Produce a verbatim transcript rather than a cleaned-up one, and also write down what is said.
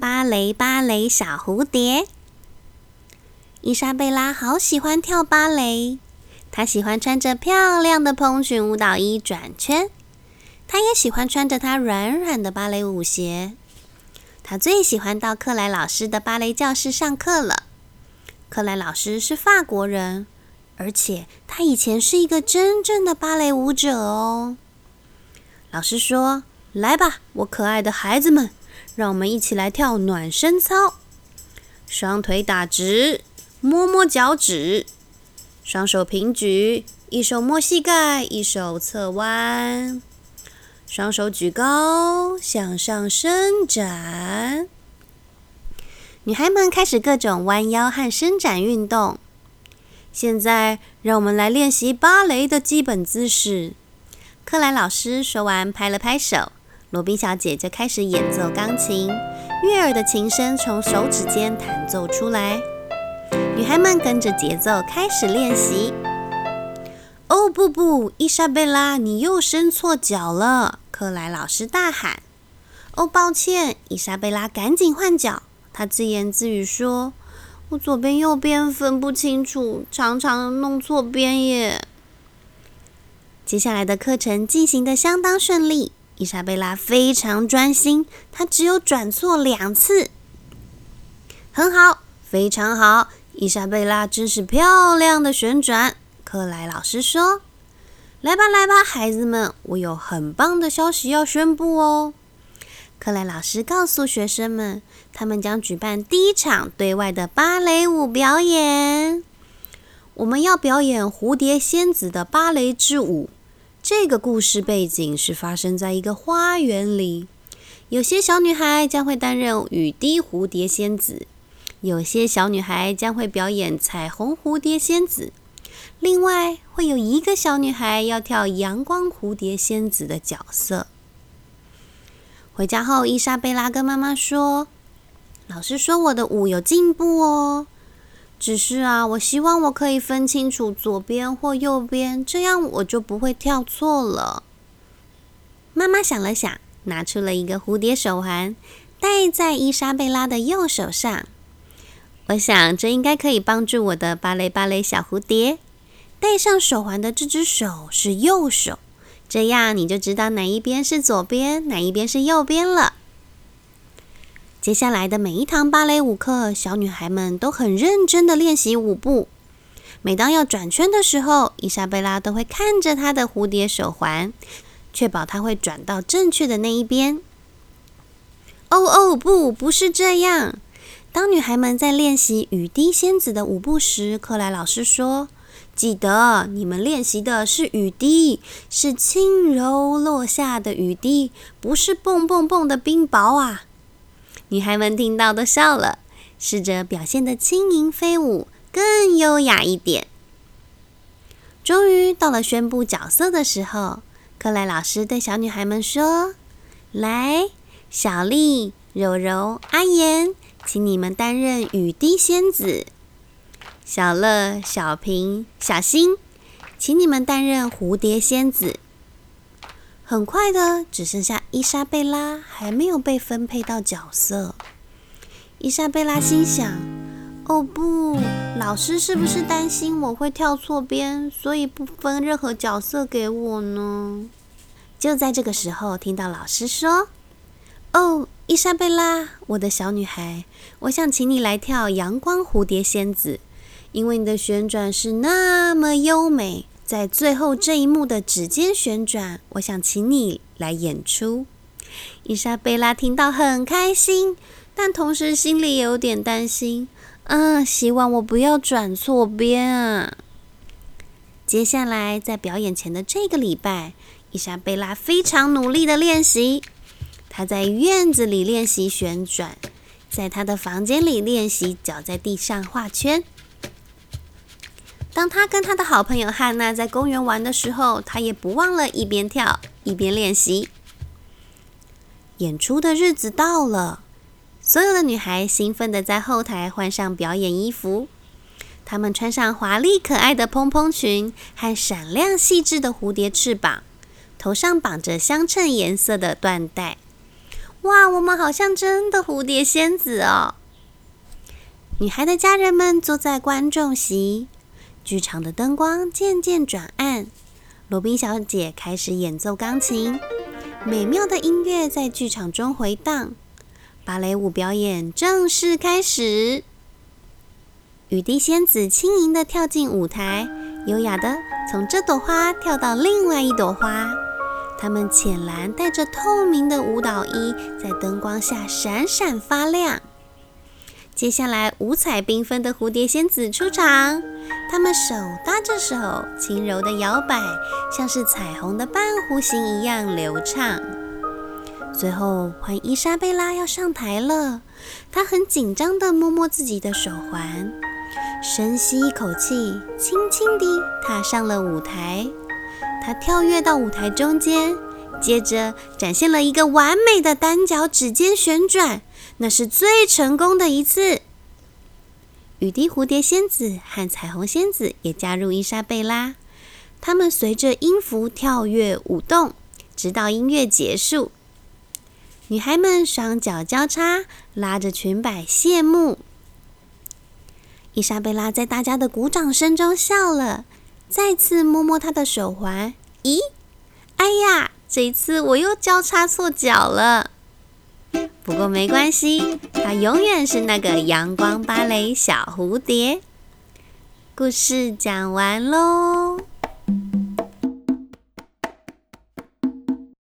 芭蕾芭蕾小蝴蝶。伊莎贝拉好喜欢跳芭蕾，她喜欢穿着漂亮的蓬裙舞蹈衣转圈，她也喜欢穿着她软软的芭蕾舞鞋。她最喜欢到克莱老师的芭蕾教室上课了。克莱老师是法国人，而且他以前是一个真正的芭蕾舞者哦。老师说：“来吧，我可爱的孩子们，让我们一起来跳暖身操。双腿打直，摸摸脚趾，双手平举，一手摸膝盖，一手侧弯，双手举高，向上伸展。”女孩们开始各种弯腰和伸展运动。现在，让我们来练习芭蕾的基本姿势。克莱老师说完，拍了拍手，罗宾小姐就开始演奏钢琴，悦耳的琴声从手指间弹奏出来。女孩们跟着节奏开始练习。哦不不，伊莎贝拉，你又伸错脚了！克莱老师大喊。哦，抱歉，伊莎贝拉赶紧换脚。她自言自语说：“我左边右边分不清楚，常常弄错边耶。”接下来的课程进行得相当顺利，伊莎贝拉非常专心，她只有转错两次。很好，非常好，伊莎贝拉真是漂亮的旋转。克莱老师说：“来吧来吧，孩子们，我有很棒的消息要宣布哦。”克莱老师告诉学生们，他们将举办第一场对外的芭蕾舞表演。我们要表演蝴蝶仙子的芭蕾之舞。这个故事背景是发生在一个花园里，有些小女孩将会担任雨滴蝴蝶仙子，有些小女孩将会表演彩虹蝴蝶仙子，另外会有一个小女孩要跳阳光蝴蝶仙子的角色。回家后，伊莎贝拉跟妈妈说：“老师说我的舞有进步哦，只是啊，我希望我可以分清楚左边或右边，这样我就不会跳错了。”妈妈想了想，拿出了一个蝴蝶手环，戴在伊莎贝拉的右手上。我想这应该可以帮助我的芭蕾芭蕾小蝴蝶。戴上手环的这只手是右手，这样你就知道哪一边是左边，哪一边是右边了。接下来的每一堂芭蕾舞课，小女孩们都很认真地练习舞步。每当要转圈的时候，伊莎贝拉都会看着她的蝴蝶手环，确保她会转到正确的那一边。哦哦，不，不是这样。当女孩们在练习雨滴仙子的舞步时，克莱老师说：“记得，你们练习的是雨滴，是轻柔落下的雨滴，不是蹦蹦蹦的冰雹啊！”女孩们听到都笑了，试着表现得轻盈飞舞，更优雅一点。终于到了宣布角色的时候，克莱老师对小女孩们说：“来，小丽、柔柔、阿妍，请你们担任雨滴仙子；小乐、小平、小新，请你们担任蝴蝶仙子。”很快的，只剩下伊莎贝拉还没有被分配到角色。伊莎贝拉心想：“哦不，老师是不是担心我会跳错边，所以不分任何角色给我呢？”就在这个时候，听到老师说：“哦，伊莎贝拉，我的小女孩，我想请你来跳阳光蝴蝶仙子，因为你的旋转是那么优美。在最后这一幕的指尖旋转，我想请你来演出。”伊莎贝拉听到很开心，但同时心里也有点担心。啊，希望我不要转错边啊！接下来，在表演前的这个礼拜，伊莎贝拉非常努力的练习。她在院子里练习旋转，在她的房间里练习脚在地上画圈。当他跟他的好朋友汉娜在公园玩的时候，他也不忘了一边跳一边练习。演出的日子到了，所有的女孩兴奋地在后台换上表演衣服。她们穿上华丽可爱的蓬蓬裙和闪亮细致的蝴蝶翅膀，头上绑着相衬颜色的缎带。 哇，我们好像真的蝴蝶仙子哦！女孩的家人们坐在观众席，剧场的灯光渐渐转暗，罗宾小姐开始演奏钢琴，美妙的音乐在剧场中回荡。芭蕾舞表演正式开始。雨滴仙子轻盈地跳进舞台，优雅地从这朵花跳到另外一朵花。她们浅蓝带着透明的舞蹈衣，在灯光下闪闪发亮。接下来，五彩缤纷的蝴蝶仙子出场，她们手搭着手，轻柔地摇摆，像是彩虹的半弧形一样流畅。最后，换伊莎贝拉要上台了，她很紧张地摸摸自己的手环，深吸一口气，轻轻地踏上了舞台。她跳跃到舞台中间，接着展现了一个完美的单脚指尖旋转，那是最成功的一次。雨滴蝴蝶仙子和彩虹仙子也加入伊莎贝拉，他们随着音符跳跃舞动，直到音乐结束。女孩们双脚交叉，拉着裙摆谢幕。伊莎贝拉在大家的鼓掌声中笑了，再次摸摸她的手环。咦，哎呀，这一次我又交叉错脚了。不过没关系，她永远是那个阳光芭蕾小蝴蝶。故事讲完喽。